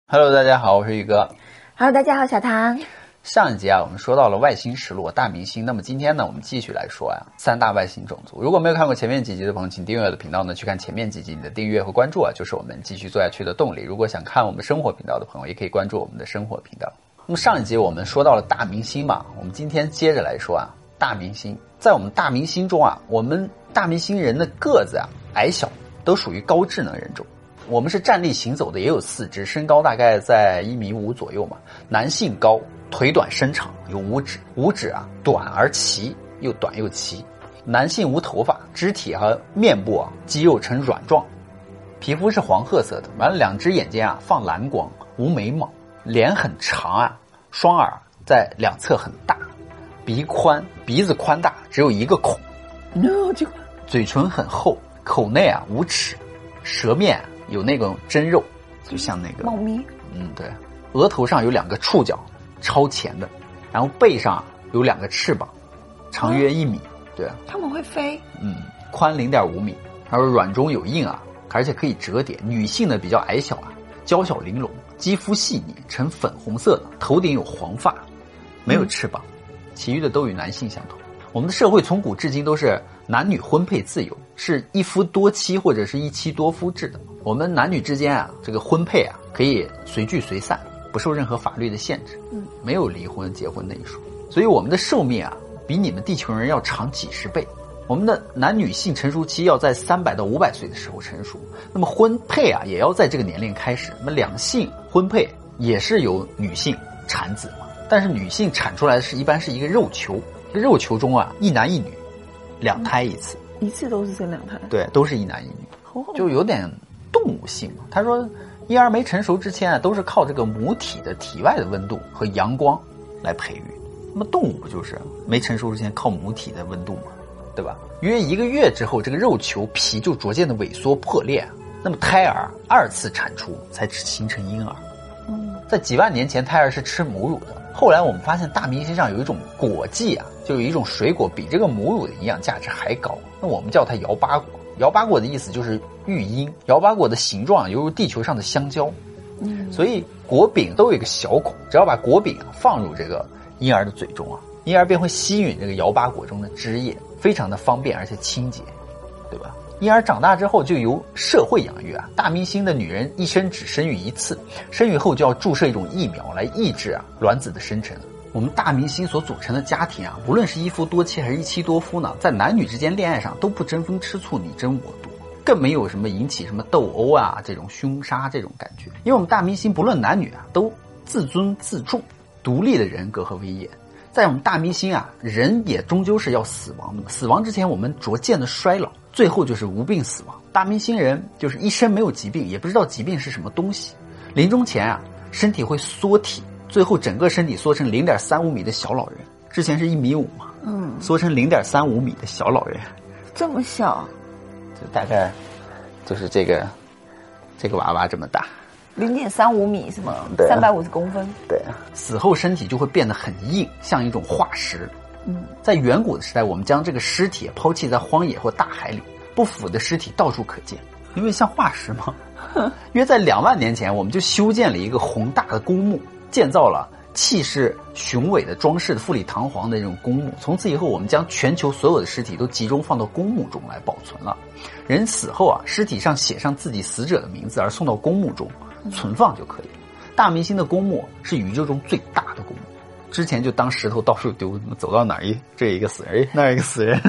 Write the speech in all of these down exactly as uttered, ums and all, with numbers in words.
Hello， 大家好，我是宇哥。 Hello， 大家好，小唐。 上一集啊，我们说到了外星实录大明星，那么今天呢，我们继续来说啊，三大外星种族。如果没有看过前面几集的朋友，请订阅我的频道呢，去看前面几集。你的订阅和关注啊，就是我们继续做下去的动力。如果想看我们生活频道的朋友，也可以关注我们的生活频道。那么上一集我们说到了大明星嘛，我们今天接着来说啊，大明星。在我们大明星中啊，我们大明星人的个子啊矮小，都属于高智能人种。我们是站立行走的，也有四肢，身高大概在一米五左右嘛。男性高，腿短身长，有五指，五指啊短而齐，又短又齐。男性无头发，肢体和面部啊肌肉呈软状，皮肤是黄褐色的，完了两只眼睛啊放蓝光，无眉毛，脸很长啊，双耳在两侧很大，鼻宽，鼻子宽大，只有一个孔。 No， 就嘴唇很厚，口内啊无齿，舌面啊有那种真肉，就像那个猫咪。 嗯，对。额头上有两个触角，超前的，然后背上有两个翅膀，长约一米。啊、对， 它们会飞。 嗯，宽零点五米，还有软中有硬啊，而且可以折叠。女性呢比较矮小啊，娇小玲珑，肌肤细腻，呈粉红色的，头顶有黄发，没有翅膀，嗯、其余的都与男性相同。我们的社会从古至今都是男女婚配自由，是一夫多妻或者是一妻多夫制的。我们男女之间啊，这个婚配啊，可以随聚随散，不受任何法律的限制，嗯，没有离婚结婚的一说。所以我们的寿命啊，比你们地球人要长几十倍。我们的男女性成熟期要在三百到五百岁的时候成熟，那么婚配啊，也要在这个年龄开始。那么两性婚配也是由女性产子嘛，但是女性产出来的是一般是一个肉球，这肉球中啊，一男一女，两胎一次， 嗯、一次都是生两胎， 对，都是一男一女，哦、就有点动物性。他说婴儿没成熟之前啊，都是靠这个母体的体外的温度和阳光来培育。那么动物不就是没成熟之前靠母体的温度吗？对吧？约一个月之后，这个肉球皮就逐渐的萎缩破裂，那么胎儿二次产出才形成婴儿。嗯，在几万年前，胎儿是吃母乳的。后来我们发现大明星上有一种果荠啊，就有一种水果比这个母乳的营养价值还高，那我们叫它摇八果。摇八果的意思就是育婴，摇八果的形状犹如地球上的香蕉，嗯，所以果柄都有一个小孔，只要把果柄啊放入这个婴儿的嘴中啊，婴儿便会吸吮这个摇八果中的汁液，非常的方便而且清洁，对吧？婴儿长大之后就由社会养育啊，大明星的女人一生只生育一次，生育后就要注射一种疫苗来抑制啊卵子的生成。我们大明星所组成的家庭啊，无论是一夫多妻还是一妻多夫呢，在男女之间恋爱上都不争风吃醋你争我夺，更没有什么引起什么斗殴啊这种凶杀这种感觉。因为我们大明星不论男女啊，都自尊自重，独立的人格和威严。在我们大明星啊，人也终究是要死亡的，死亡之前我们逐渐的衰老，最后就是无病死亡。大明星人就是一生没有疾病，也不知道疾病是什么东西，临终前啊，身体会缩体，最后整个身体缩成 零点三五米的小老人，之前是一米五嘛，嗯，缩成 零点三五米的小老人， 这么小， 就大概就是这个这个娃娃这么大， 零点三五米是吗？对、啊，三百五十公分。 对啊，死后身体就会变得很硬，像一种化石。嗯，在远古的时代，我们将这个尸体抛弃在荒野或大海里，不腐的尸体到处可见，因为像化石嘛。约在两万年前，我们就修建了一个宏大的公墓，建造了气势雄伟的装饰的富丽堂皇的这种公墓。从此以后，我们将全球所有的尸体都集中放到公墓中来保存了。人死后啊，尸体上写上自己死者的名字，而送到公墓中存放就可以了。大明星的公墓是宇宙中最大的公墓，之前就当石头到处丢，走到哪儿一这一个死人，那一个死人。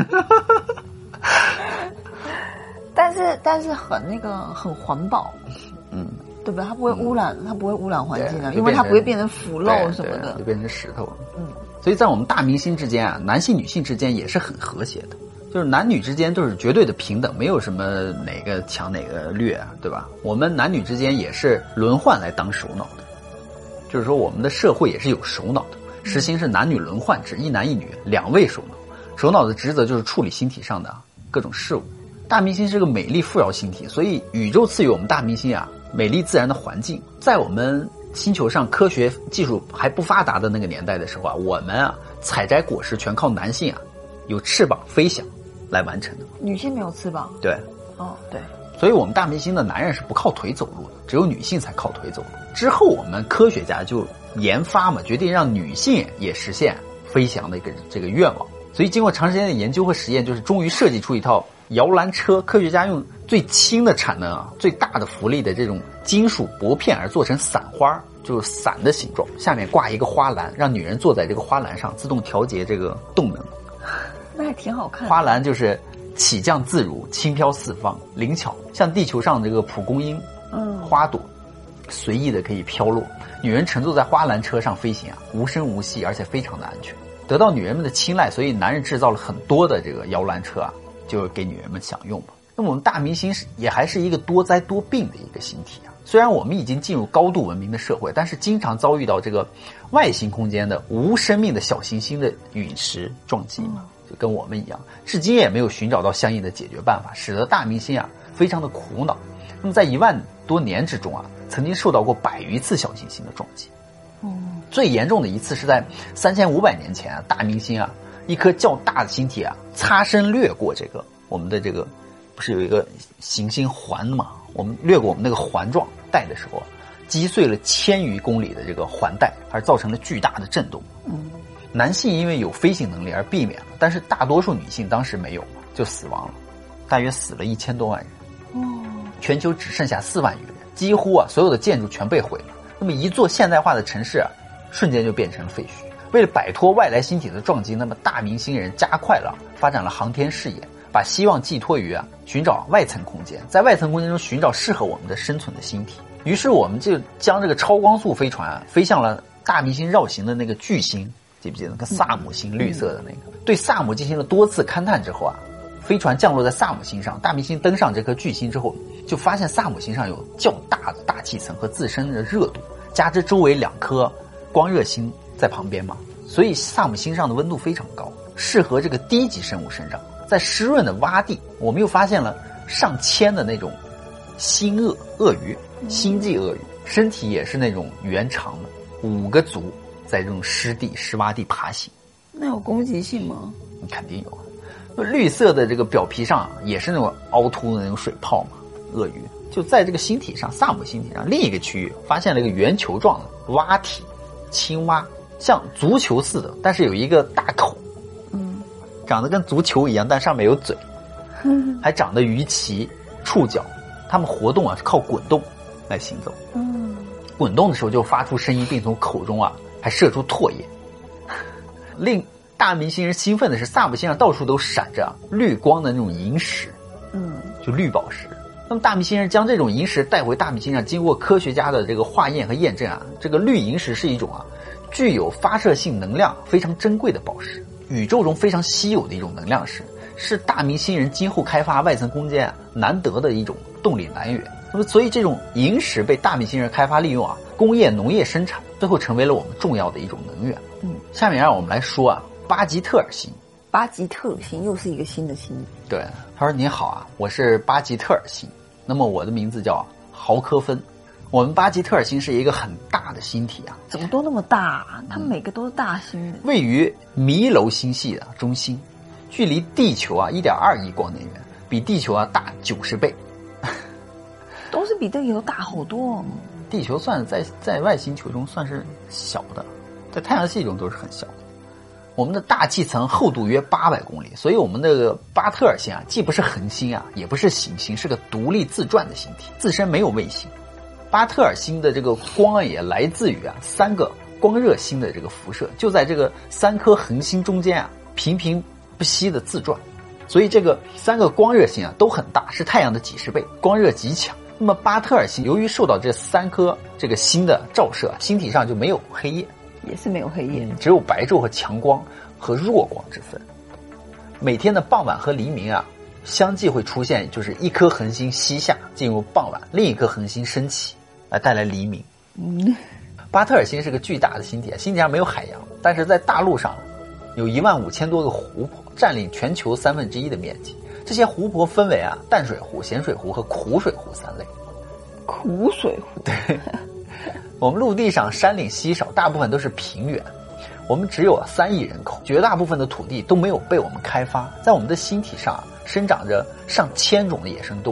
但是但是很那个很环保，嗯，对不对？它不会污染，嗯、它不会污染环境啊，因为它不会变成腐肉什么的， 就变成石头了。嗯，所以在我们大明星之间啊，男性女性之间也是很和谐的。就是男女之间都是绝对的平等，没有什么哪个强哪个劣啊，对吧？我们男女之间也是轮换来当首脑的，就是说我们的社会也是有首脑的，实行是男女轮换制，一男一女两位首脑。首脑的职责就是处理星体上的各种事物。大明星是个美丽富饶星体，所以宇宙赐予我们大明星啊美丽自然的环境。在我们星球上科学技术还不发达的那个年代的时候啊，我们啊采摘果实全靠男性啊有翅膀飞翔来完成的。 女性没有翅膀。 对， 哦，对， 所以我们大明星的男人是不靠腿走路的，只有女性才靠腿走路。之后我们科学家就研发嘛，决定让女性也实现飞翔的一个这个愿望。所以经过长时间的研究和实验，就是终于设计出一套摇篮车。科学家用最轻的产能啊、最大的浮力的这种金属薄片而做成伞花，就是伞的形状，下面挂一个花篮，让女人坐在这个花篮上，自动调节这个动能。 那还挺好看的。 花篮就是起降自如，轻飘四方，灵巧，像地球上这个蒲公英，嗯，花朵，随意的可以飘落。女人乘坐在花篮车上飞行啊，无声无息，而且非常的安全，得到女人们的青睐。所以男人制造了很多的这个摇篮车啊，就给女人们享用嘛。那么我们大明星也还是一个多灾多病的一个星体啊。虽然我们已经进入高度文明的社会，但是经常遭遇到这个外星空间的无生命的小行星的陨石撞击嘛。就跟我们一样，至今也没有寻找到相应的解决办法，使得大明星啊非常的苦恼。那么在一万多年之中啊，曾经受到过百余次小行星的撞击。嗯，最严重的一次是在三千五百年前啊，大明星啊一颗较大的星体啊擦身掠过这个我们的这个不是有一个行星环嘛？我们掠过我们那个环状带的时候，击碎了千余公里的这个环带，而造成了巨大的震动。嗯。男性因为有飞行能力而避免了，但是大多数女性当时没有，就死亡了，大约死了一千多万人。哦，全球只剩下四万余人，几乎啊所有的建筑全被毁了。那么一座现代化的城市啊，瞬间就变成了废墟。为了摆脱外来星体的撞击，那么大明星人加快了发展了航天事业，把希望寄托于啊寻找外层空间，在外层空间中寻找适合我们的生存的星体。于是我们就将这个超光速飞船啊飞向了大明星绕行的那个巨星。记不记得那个萨姆星，绿色的那个？对萨姆进行了多次勘探之后啊，飞船降落在萨姆星上。大明星登上这颗巨星之后，就发现萨姆星上有较大的大气层和自身的热度，加之周围两颗光热星在旁边嘛，所以萨姆星上的温度非常高，适合这个低级生物生长。在湿润的洼地，我们又发现了上千的那种星鳄鳄鱼，星际鳄鱼，身体也是那种圆长的，五个足。在这种湿地湿洼地爬行， 那有攻击性吗？ 肯定有。绿色的这个表皮上也是那种凹凸的那种水泡嘛。鳄鱼就在这个星体上，萨姆星体上另一个区域发现了一个圆球状的蛙体青蛙，像足球似的，但是有一个大口，嗯，长得跟足球一样，但上面有嘴，嗯，还长得鱼鳍触角，它们活动啊是靠滚动来行走，嗯，滚动的时候就发出声音，并从口中啊还射出唾液。令大明星人兴奋的是，萨姆星上到处都闪着绿光的那种萤石，嗯，就绿宝石。那么大明星人将这种萤石带回大明星上，经过科学家的这个化验和验证啊，这个绿萤石是一种啊具有发射性能量非常珍贵的宝石，宇宙中非常稀有的一种能量石，是大明星人今后开发外层空间啊难得的一种动力来源。那么所以这种萤石被大明星人开发利用啊，工业农业生产，最后成为了我们重要的一种能源。嗯，下面让我们来说啊巴吉特尔星。 巴吉特尔星又是一个新的星。 对，他说你好啊，我是巴吉特尔星，那么我的名字叫豪科芬。我们巴吉特尔星是一个很大的星体啊。 怎么都那么大啊？它们每个都是大星的。 位于弥楼星系的中心，距离地球啊 一点二亿光年远，比地球啊大九十倍。 都是比地球大好多。 地球算在在外星球中算是小的，在太阳系中都是很小的。我们的大气层厚度约八百公里，所以我们的巴特尔星啊，既不是恒星啊，也不是行星，是个独立自转的星体，自身没有卫星。巴特尔星的这个光也来自于啊三个光热星的这个辐射，就在这个三颗恒星中间啊频频不息的自转，所以这个三个光热星啊都很大，是太阳的几十倍，光热极强。那么巴特尔星由于受到这三颗这个星的照射，星体上就没有黑夜， 也是没有黑夜， 只有白昼和强光和弱光之分。每天的傍晚和黎明啊，相继会出现，就是一颗恒星西下进入傍晚，另一颗恒星升起，来带来黎明。嗯，巴特尔星是个巨大的星体，星体上没有海洋，但是在大陆上有一万五千多个湖泊，占领全球三分之一的面积。这些湖泊分为啊淡水湖、咸水湖和苦水湖三类。 苦水湖。 对。我们陆地上山岭稀少，大部分都是平原。我们只有三亿人口，绝大部分的土地都没有被我们开发。在我们的星体上生长着上千种的野生动物，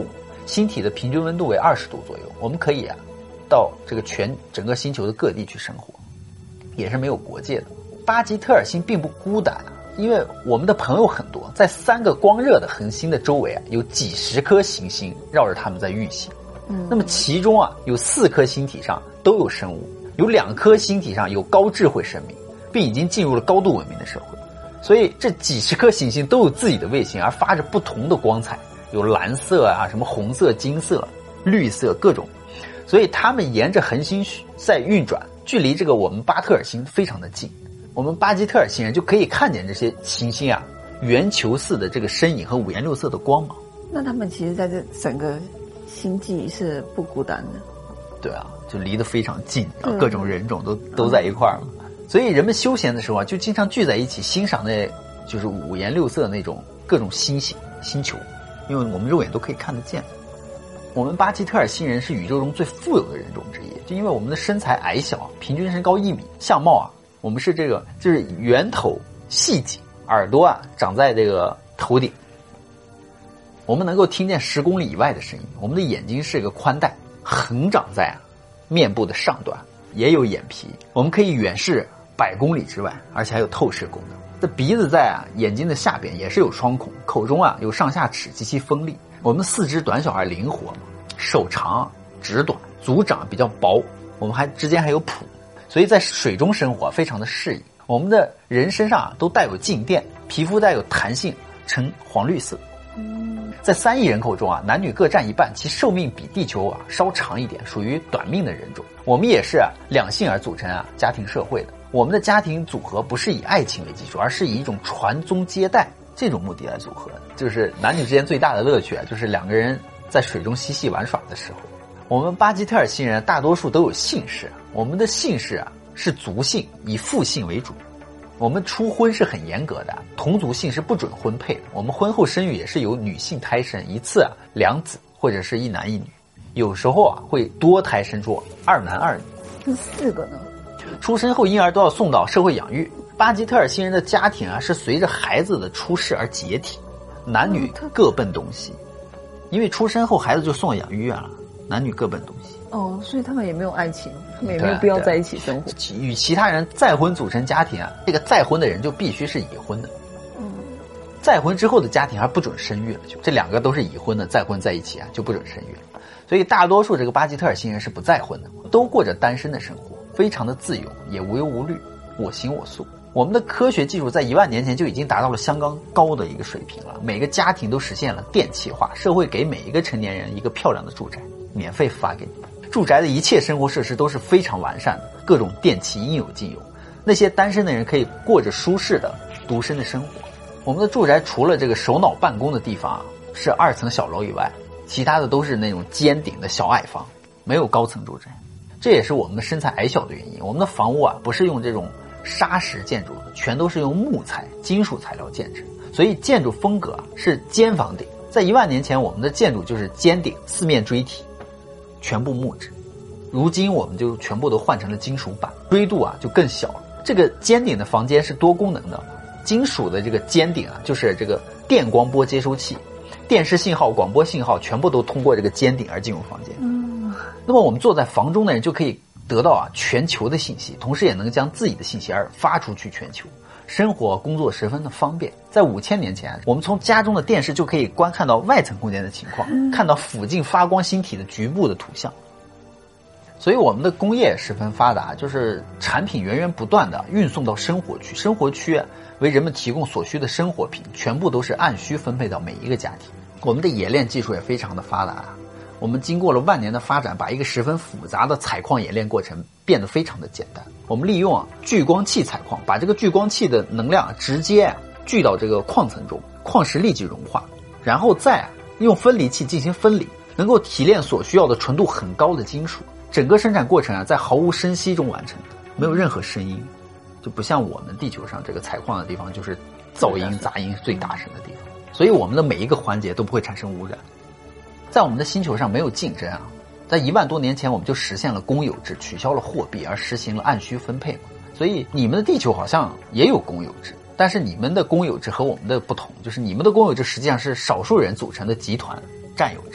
星体的平均温度为二十度左右，我们可以啊到这个全整个星球的各地去生活，也是没有国界的。巴吉特尔星并不孤单啊，因为我们的朋友很多，在三个光热的恒星的周围啊，有几十颗行星绕着它们在运行。嗯，那么其中啊，有四颗星体上都有生物，有两颗星体上有高智慧生命，并已经进入了高度文明的社会。所以这几十颗行星都有自己的卫星，而发着不同的光彩，有蓝色啊、什么红色、金色、绿色各种。所以它们沿着恒星在运转，距离这个我们巴特尔星非常的近。我们巴基特尔星人就可以看见这些行星啊圆球似的这个身影和五颜六色的光芒。 那他们其实在这整个星际是不孤单的。 对啊，就离得非常近，然后各种人种都、嗯、都在一块儿嘛。所以人们休闲的时候啊，就经常聚在一起欣赏那就是五颜六色那种各种星星星球，因为我们肉眼都可以看得见。我们巴基特尔星人是宇宙中最富有的人种之一，就因为我们的身材矮小，平均身高一米，相貌啊，我们是这个就是圆头细颈，耳朵啊长在这个头顶，我们能够听见十公里以外的声音。我们的眼睛是个宽带，横长在啊面部的上端，也有眼皮，我们可以远视百公里之外，而且还有透视功能。这鼻子在啊眼睛的下边也是有双孔，口中啊有上下齿极其锋利。我们的四肢短小而灵活，手长指短，足掌比较薄，我们还之间还有蹼，所以在水中生活非常的适应。我们的人身上啊都带有静电，皮肤带有弹性，呈黄绿色。在三亿人口中啊，男女各占一半，其寿命比地球啊稍长一点，属于短命的人种。我们也是啊两性而组成啊家庭社会的。我们的家庭组合不是以爱情为基础，而是以一种传宗接代这种目的来组合的。就是男女之间最大的乐趣啊，就是两个人在水中嬉戏玩耍的时候。我们巴基特尔星人大多数都有姓氏，我们的姓氏啊是族姓，以父姓为主。我们初婚是很严格的，同族姓是不准婚配的。我们婚后生育也是由女性胎生，一次啊两子或者是一男一女，有时候啊会多胎生出二男二女。 那四个呢？ 出生后婴儿都要送到社会养育。巴基特尔星人的家庭啊是随着孩子的出世而解体，男女各奔东西，因为出生后孩子就送到养育院了，男女各奔东西。 哦，所以他们也没有爱情，他们也没有必要在一起生活。 与其他人再婚组成家庭啊，这个再婚的人就必须是已婚的。嗯，再婚之后的家庭还不准生育了，就这两个都是已婚的，再婚在一起啊就不准生育了。所以大多数这个巴基特尔星人是不再婚的，都过着单身的生活，非常的自由，也无忧无虑，我行我素。我们的科学技术在一万年前就已经达到了相当高的一个水平了，每个家庭都实现了电气化，社会给每一个成年人一个漂亮的住宅，免费发给你。住宅的一切生活设施都是非常完善的，各种电器应有尽有。那些单身的人可以过着舒适的独身的生活。我们的住宅除了这个首脑办公的地方啊是二层小楼以外，其他的都是那种尖顶的小矮房，没有高层住宅。这也是我们的身材矮小的原因。我们的房屋啊不是用这种砂石建筑的，全都是用木材、金属材料建制，所以建筑风格啊是尖房顶。在一万年前，我们的建筑就是尖顶、四面锥体，全部木质。如今我们就全部都换成了金属板，锥度啊就更小了。这个尖顶的房间是多功能的，金属的这个尖顶啊就是这个电光波接收器，电视信号、广播信号全部都通过这个尖顶而进入房间。嗯，那么我们坐在房中的人就可以得到啊全球的信息，同时也能将自己的信息而发出去全球，生活工作十分的方便。在五千年前，我们从家中的电视就可以观看到外层空间的情况，嗯、看到附近发光星体的局部的图像。所以我们的工业十分发达，就是产品源源不断的运送到生活区，生活区为人们提供所需的生活品，全部都是按需分配到每一个家庭。我们的冶炼技术也非常的发达，我们经过了万年的发展，把一个十分复杂的采矿冶炼过程变得非常的简单。我们利用啊聚光器采矿，把这个聚光器的能量直接啊聚到这个矿层中，矿石立即融化，然后再啊用分离器进行分离，能够提炼所需要的纯度很高的金属。整个生产过程啊在毫无声息中完成，没有任何声音，就不像我们地球上这个采矿的地方就是噪音杂音最大声的地方，所以我们的每一个环节都不会产生污染。在我们的星球上没有竞争啊，在一万多年前我们就实现了公有制，取消了货币，而实行了按需分配嘛。所以你们的地球好像也有公有制，但是你们的公有制和我们的不同，就是你们的公有制实际上是少数人组成的集团占有制嘛。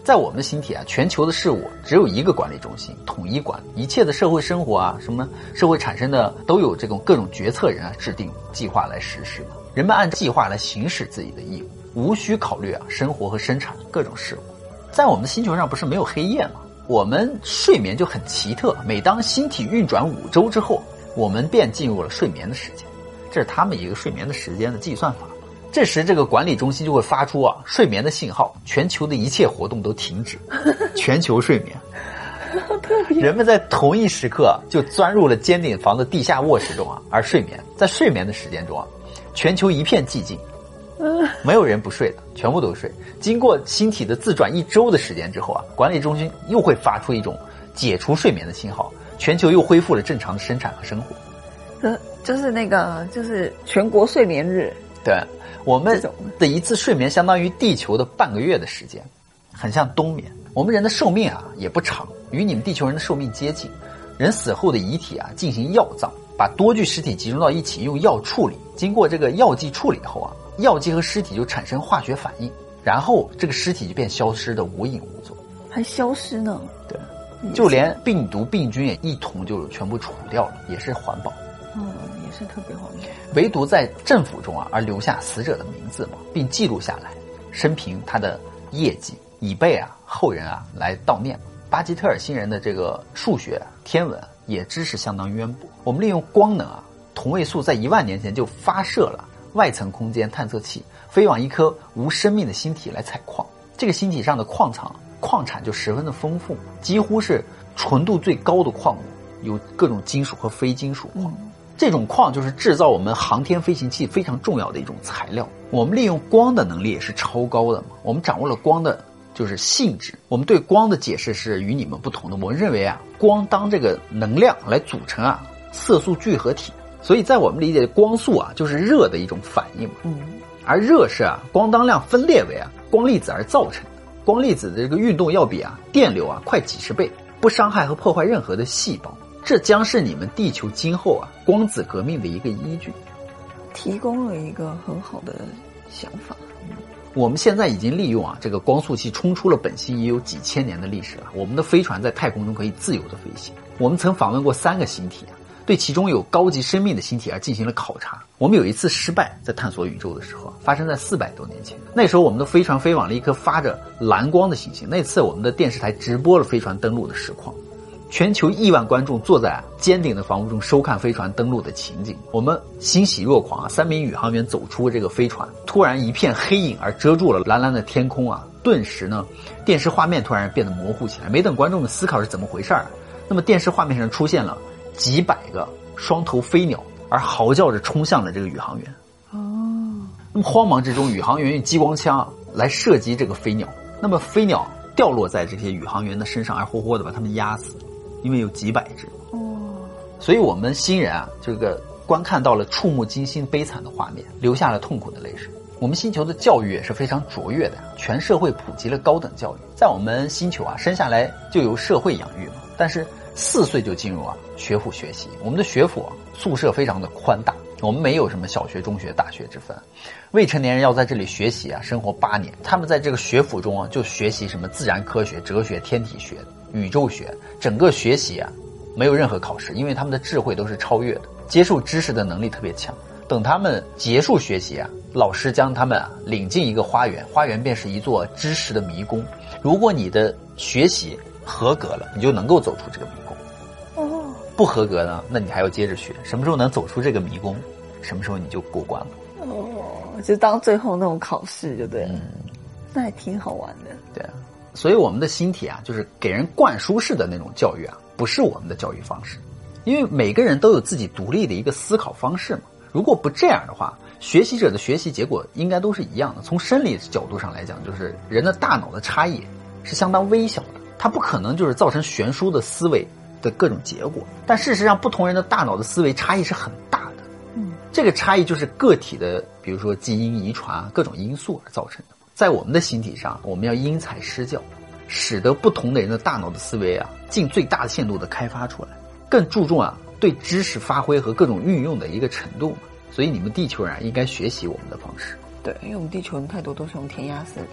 在我们的星体啊，全球的事物只有一个管理中心，统一管理一切的社会生活啊，什么社会产生的都有这种各种决策人啊制定计划来实施。人们按计划来行使自己的义务，无需考虑啊生活和生产各种事物。在我们的星球上不是没有黑夜吗？我们睡眠就很奇特，每当星体运转五周之后，我们便进入了睡眠的时间，这是他们一个睡眠的时间的计算法。这时这个管理中心就会发出啊睡眠的信号，全球的一切活动都停止，全球睡眠。人们在同一时刻就钻入了尖顶房的地下卧室中啊而睡眠。在睡眠的时间中啊，全球一片寂静，没有人不睡的，全部都睡。经过星体的自转一周的时间之后啊，管理中心又会发出一种解除睡眠的信号，全球又恢复了正常的生产和生活。 呃，就是那个就是全国睡眠日。 对，我们的一次睡眠相当于地球的半个月的时间，很像冬眠。我们人的寿命啊也不长，与你们地球人的寿命接近。人死后的遗体啊进行药葬，把多具尸体集中到一起，用药处理。经过这个药剂处理后啊，药剂和尸体就产生化学反应，然后这个尸体就变消失的无影无踪。 还消失呢？ 对，就连病毒病菌也一同就全部除掉了，也是环保。 嗯，也是特别环保。 唯独在政府中啊而留下死者的名字嘛，并记录下来生平他的业绩，以备啊后人啊来悼念。巴基特尔星人的这个数学天文也知识相当渊博。我们利用光能啊，同位素在一万年前就发射了外层空间探测器，飞往一颗无生命的星体来采矿。这个星体上的矿场矿产就十分的丰富，几乎是纯度最高的矿物，有各种金属和非金属矿。嗯，这种矿就是制造我们航天飞行器非常重要的一种材料。我们利用光的能力也是超高的嘛，我们掌握了光的就是性质。我们对光的解释是与你们不同的，我们认为啊，光当这个能量来组成啊色素聚合体，所以在我们理解的光速啊就是热的一种反应嘛。嗯，而热是啊光当量分裂为啊光粒子而造成的。光粒子的这个运动要比啊电流啊快几十倍，不伤害和破坏任何的细胞。这将是你们地球今后啊光子革命的一个依据， 提供了一个很好的想法。 我们现在已经利用啊这个光速器冲出了本星，也有几千年的历史了。我们的飞船在太空中可以自由的飞行。我们曾访问过三个星体啊，对其中有高级生命的星体而进行了考察。我们有一次失败，在探索宇宙的时候发生在四百多年前。那时候我们的飞船飞往了一颗发着蓝光的行星，那次我们的电视台直播了飞船登陆的实况。全球亿万观众坐在尖顶的房屋中收看飞船登陆的情景，我们欣喜若狂啊！三名宇航员走出这个飞船，突然一片黑影而遮住了蓝蓝的天空啊！顿时呢，电视画面突然变得模糊起来。没等观众们思考是怎么回事啊，那么电视画面上出现了几百个双头飞鸟，而嚎叫着冲向了这个宇航员。哦，那么慌忙之中，宇航员用激光枪啊来射击这个飞鸟，那么飞鸟掉落在这些宇航员的身上，而活活的把他们压死。因为有几百只，哦，所以我们新人啊，这个观看到了触目惊心悲惨的画面，流下了痛苦的泪水。我们星球的教育也是非常卓越的，全社会普及了高等教育。在我们星球啊，生下来就由社会养育嘛，但是四岁就进入啊学府学习。我们的学府啊，宿舍非常的宽大，我们没有什么小学、中学、大学之分。未成年人要在这里学习啊，生活八年。他们在这个学府中啊，就学习什么自然科学、哲学、天体学、宇宙学，整个学习啊没有任何考试，因为他们的智慧都是超越的，接受知识的能力特别强。等他们结束学习啊，老师将他们啊领进一个花园，花园便是一座知识的迷宫。如果你的学习合格了，你就能够走出这个迷宫。哦，不合格呢，那你还要接着学。什么时候能走出这个迷宫，什么时候你就过关了。 哦，就当最后那种考试就对了。嗯，那还挺好玩的。 对啊，所以我们的星体啊，就是给人灌输式的那种教育啊，不是我们的教育方式。因为每个人都有自己独立的一个思考方式嘛。如果不这样的话，学习者的学习结果应该都是一样的。从生理角度上来讲，就是人的大脑的差异是相当微小的，它不可能就是造成悬殊的思维的各种结果。但事实上，不同人的大脑的思维差异是很大的。嗯，这个差异就是个体的，比如说基因遗传啊，各种因素而造成的。在我们的星体上，我们要因材施教，使得不同的人的大脑的思维啊，尽最大的限度的开发出来，更注重啊对知识发挥和各种运用的一个程度嘛。所以你们地球人啊，应该学习我们的方式。 对，因为我们地球人太多都是用填鸭式的教育。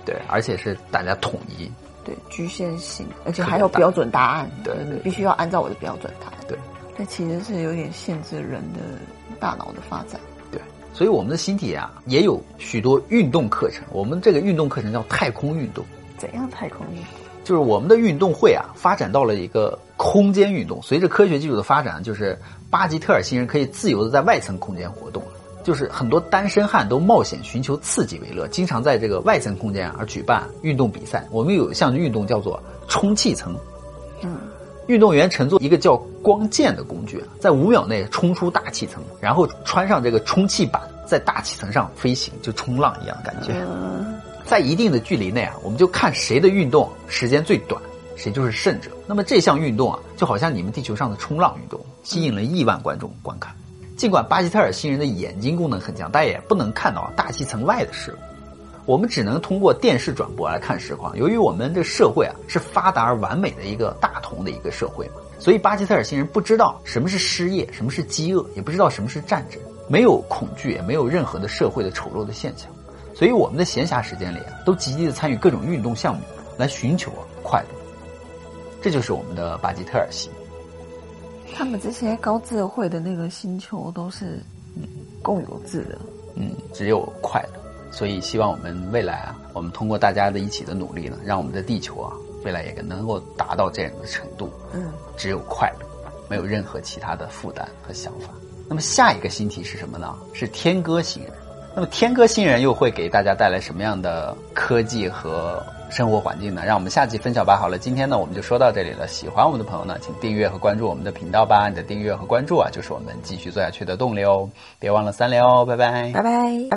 对，而且是大家统一。 对，局限性，而且还有标准答案。 对，对， 你必须要按照我的标准答案。 对， 这其实是有点限制人的大脑的发展。 对，所以我们的新体啊也有许多运动课程。我们这个运动课程叫太空运动。 怎样太空运动？ 就是我们的运动会啊发展到了一个空间运动。随着科学技术的发展，就是巴吉特尔星人可以自由的在外层空间活动了。就是很多单身汉都冒险寻求刺激为乐，经常在这个外层空间而举办运动比赛。我们有一项运动叫做充气层，嗯，运动员乘坐一个叫光剑的工具，在五秒内冲出大气层，然后穿上这个充气板，在大气层上飞行，就冲浪一样的感觉。嗯，在一定的距离内啊，我们就看谁的运动时间最短，谁就是胜者。那么这项运动啊，就好像你们地球上的冲浪运动，吸引了亿万观众观看。尽管巴吉特尔星人的眼睛功能很强，但也不能看到大气层外的事物。我们只能通过电视转播来看实况。由于我们这社会啊是发达而完美的一个大同的一个社会嘛，所以巴吉特尔星人不知道什么是失业，什么是饥饿，也不知道什么是战争，没有恐惧，也没有任何的社会的丑陋的现象。所以我们的闲暇时间里啊，都积极的参与各种运动项目，来寻求快乐。这就是我们的巴吉特尔系。 他们这些高智慧的那个星球都是嗯共有制的， 嗯，只有快乐。所以希望我们未来啊，我们通过大家的一起的努力呢，让我们的地球啊，未来也能够达到这样的程度。嗯，只有快乐，没有任何其他的负担和想法。那么下一个星体是什么呢？是天歌星人。那么天歌星人又会给大家带来什么样的科技和生活环境呢？让我们下期分享吧。好了，今天呢我们就说到这里了。喜欢我们的朋友呢，请订阅和关注我们的频道吧。你的订阅和关注啊，就是我们继续做下去的动力哦。别忘了三连哦，拜拜， 拜拜。